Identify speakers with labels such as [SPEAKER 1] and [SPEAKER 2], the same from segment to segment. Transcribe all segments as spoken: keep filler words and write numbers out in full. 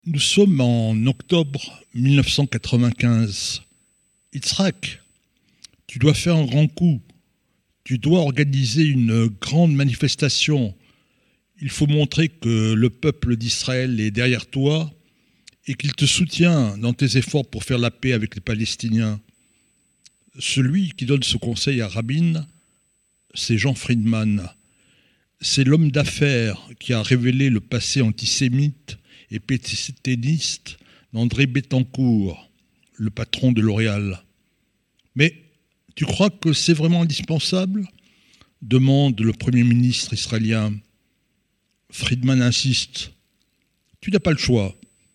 [SPEAKER 1] Nous sommes en octobre mille neuf cent quatre-vingt-quinze. Yitzhak, tu dois faire un grand coup. Tu dois organiser une grande manifestation. Il faut montrer que le peuple d'Israël est derrière toi et qu'il te soutient dans tes efforts pour faire la paix avec les Palestiniens. Celui qui donne ce conseil à Rabin, c'est Jean Friedman. C'est l'homme d'affaires qui a révélé le passé antisémite et pétainiste d'André Bettencourt, le patron de L'Oréal. Mais tu crois que c'est vraiment indispensable ? Demande le Premier ministre israélien. Friedman insiste. Tu n'as pas le choix.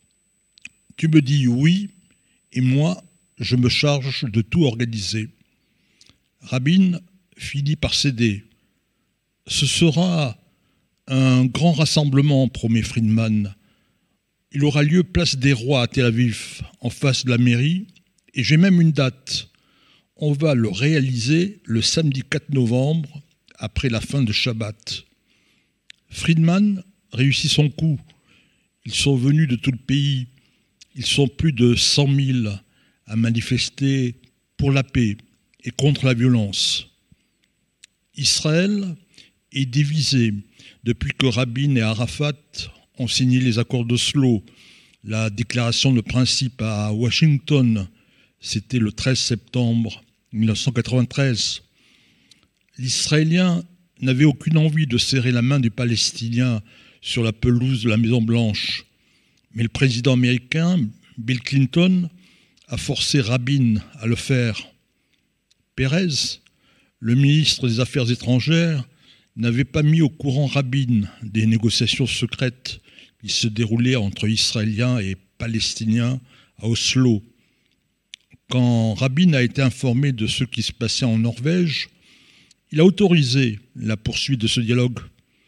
[SPEAKER 1] Tu me dis oui, et moi, je me charge de tout organiser. Rabin finit par céder. Ce sera un grand rassemblement, promet Friedman. Il aura lieu place des Rois à Tel Aviv, en face de la mairie, et j'ai même une date. On va le réaliser le samedi quatre novembre, après la fin de Shabbat. Friedman réussit son coup. Ils sont venus de tout le pays. Ils sont plus de cent mille à manifester pour la paix et contre la violence. Israël est divisé depuis que Rabin et Arafat ont signé les accords d'Oslo. La déclaration de principe à Washington, c'était le treize septembre mille neuf cent quatre-vingt-treize. L'Israélien n'avait aucune envie de serrer la main du Palestinien sur la pelouse de la Maison-Blanche. Mais le président américain, Bill Clinton, a forcé Rabin à le faire. Pérez, le ministre des Affaires étrangères, n'avait pas mis au courant Rabin des négociations secrètes qui se déroulaient entre Israéliens et Palestiniens à Oslo. Quand Rabin a été informé de ce qui se passait en Norvège, il a autorisé la poursuite de ce dialogue.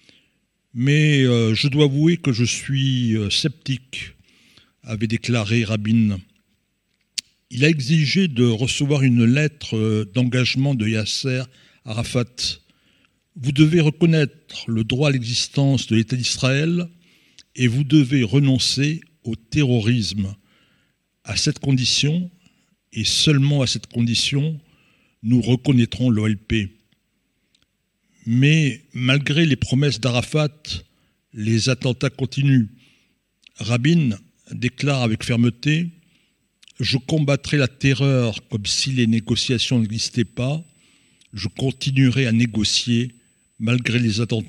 [SPEAKER 1] Mais euh, je dois avouer que je suis euh, sceptique, avait déclaré Rabin. Il a exigé de recevoir une lettre euh, d'engagement de Yasser Arafat. Vous devez reconnaître le droit à l'existence de l'État d'Israël et vous devez renoncer au terrorisme. À cette condition, et seulement à cette condition, nous reconnaîtrons l'O L P. Mais malgré les promesses d'Arafat, les attentats continuent. Rabin déclare avec fermeté « Je combattrai la terreur comme si les négociations n'existaient pas. Je continuerai à négocier malgré les attentats. »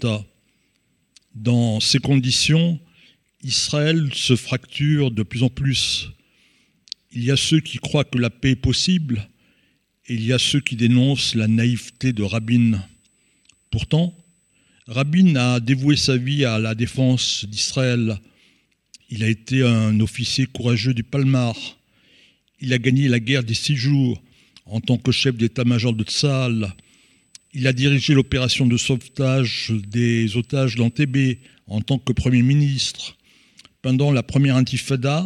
[SPEAKER 1] Dans ces conditions, Israël se fracture de plus en plus. Il y a ceux qui croient que la paix est possible et il y a ceux qui dénoncent la naïveté de Rabin. Pourtant, Rabin a dévoué sa vie à la défense d'Israël. Il a été un officier courageux du Palmar. Il a gagné la guerre des six jours en tant que chef d'état-major de Tsahal. Il a dirigé l'opération de sauvetage des otages d'Entebbe en tant que Premier ministre. Pendant la première intifada,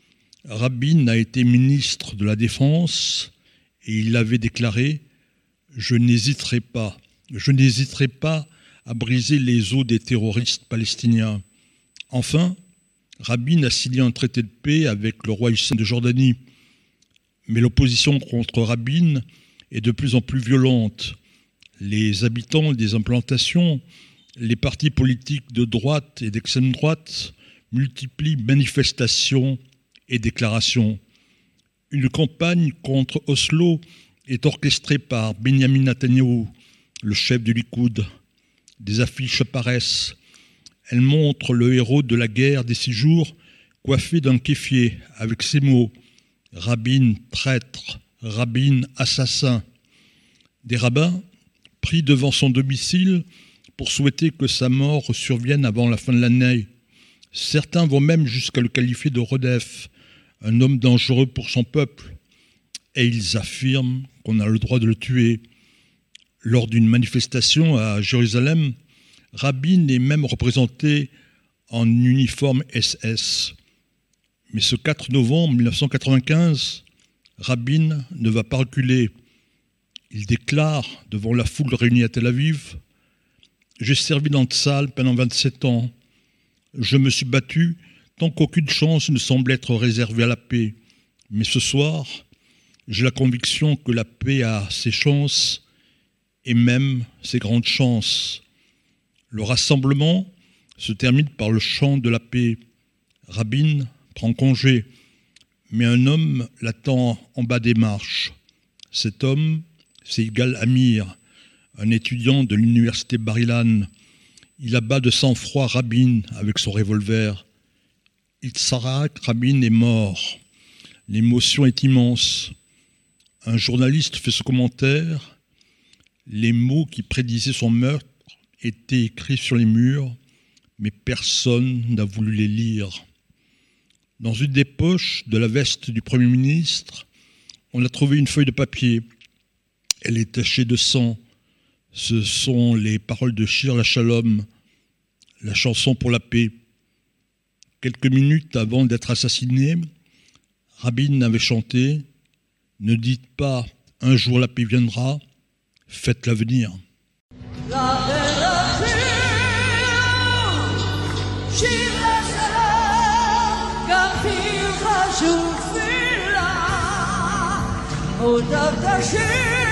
[SPEAKER 1] Rabin a été ministre de la Défense et il avait déclaré « Je n'hésiterai pas, je n'hésiterai pas à briser les os des terroristes palestiniens. » Enfin, Rabin a signé un traité de paix avec le roi Hussein de Jordanie. Mais l'opposition contre Rabin est de plus en plus violente. Les habitants des implantations, les partis politiques de droite et d'extrême droite multiplient manifestations et déclarations. Une campagne contre Oslo est orchestrée par Benjamin Netanyahou, le chef du Likoud. Des affiches apparaissent. Elles montrent le héros de la guerre des six jours coiffé d'un kéfier avec ces mots « Rabin traître, Rabin assassin ». Des rabbins pris devant son domicile pour souhaiter que sa mort survienne avant la fin de l'année. Certains vont même jusqu'à le qualifier de Rodef, un homme dangereux pour son peuple. Et ils affirment qu'on a le droit de le tuer. Lors d'une manifestation à Jérusalem, Rabin est même représenté en uniforme S S. Mais ce quatre novembre mille neuf cent quatre-vingt-quinze, Rabin ne va pas reculer. Il déclare devant la foule réunie à Tel Aviv « J'ai servi dans Tsahal pendant vingt-sept ans. Je me suis battu tant qu'aucune chance ne semble être réservée à la paix. Mais ce soir, j'ai la conviction que la paix a ses chances et même ses grandes chances. Le rassemblement se termine par le chant de la paix. Rabin prend congé, mais un homme l'attend en bas des marches. Cet homme, c'est Yigal Amir, un étudiant de l'université Bar-Ilan. Il abat de sang-froid Rabin avec son revolver. Yitzhak Rabin est mort. L'émotion est immense. Un journaliste fait ce commentaire. Les mots qui prédisaient son meurtre étaient écrits sur les murs, mais personne n'a voulu les lire. Dans une des poches de la veste du Premier ministre, on a trouvé une feuille de papier. Elle est tachée de sang. Ce sont les paroles de Shir LaShalom, la chanson pour la paix. Quelques minutes avant d'être assassiné, Rabin avait chanté « Ne dites pas « un jour la paix viendra », faites l'avenir ».
[SPEAKER 2] Oh, Doctor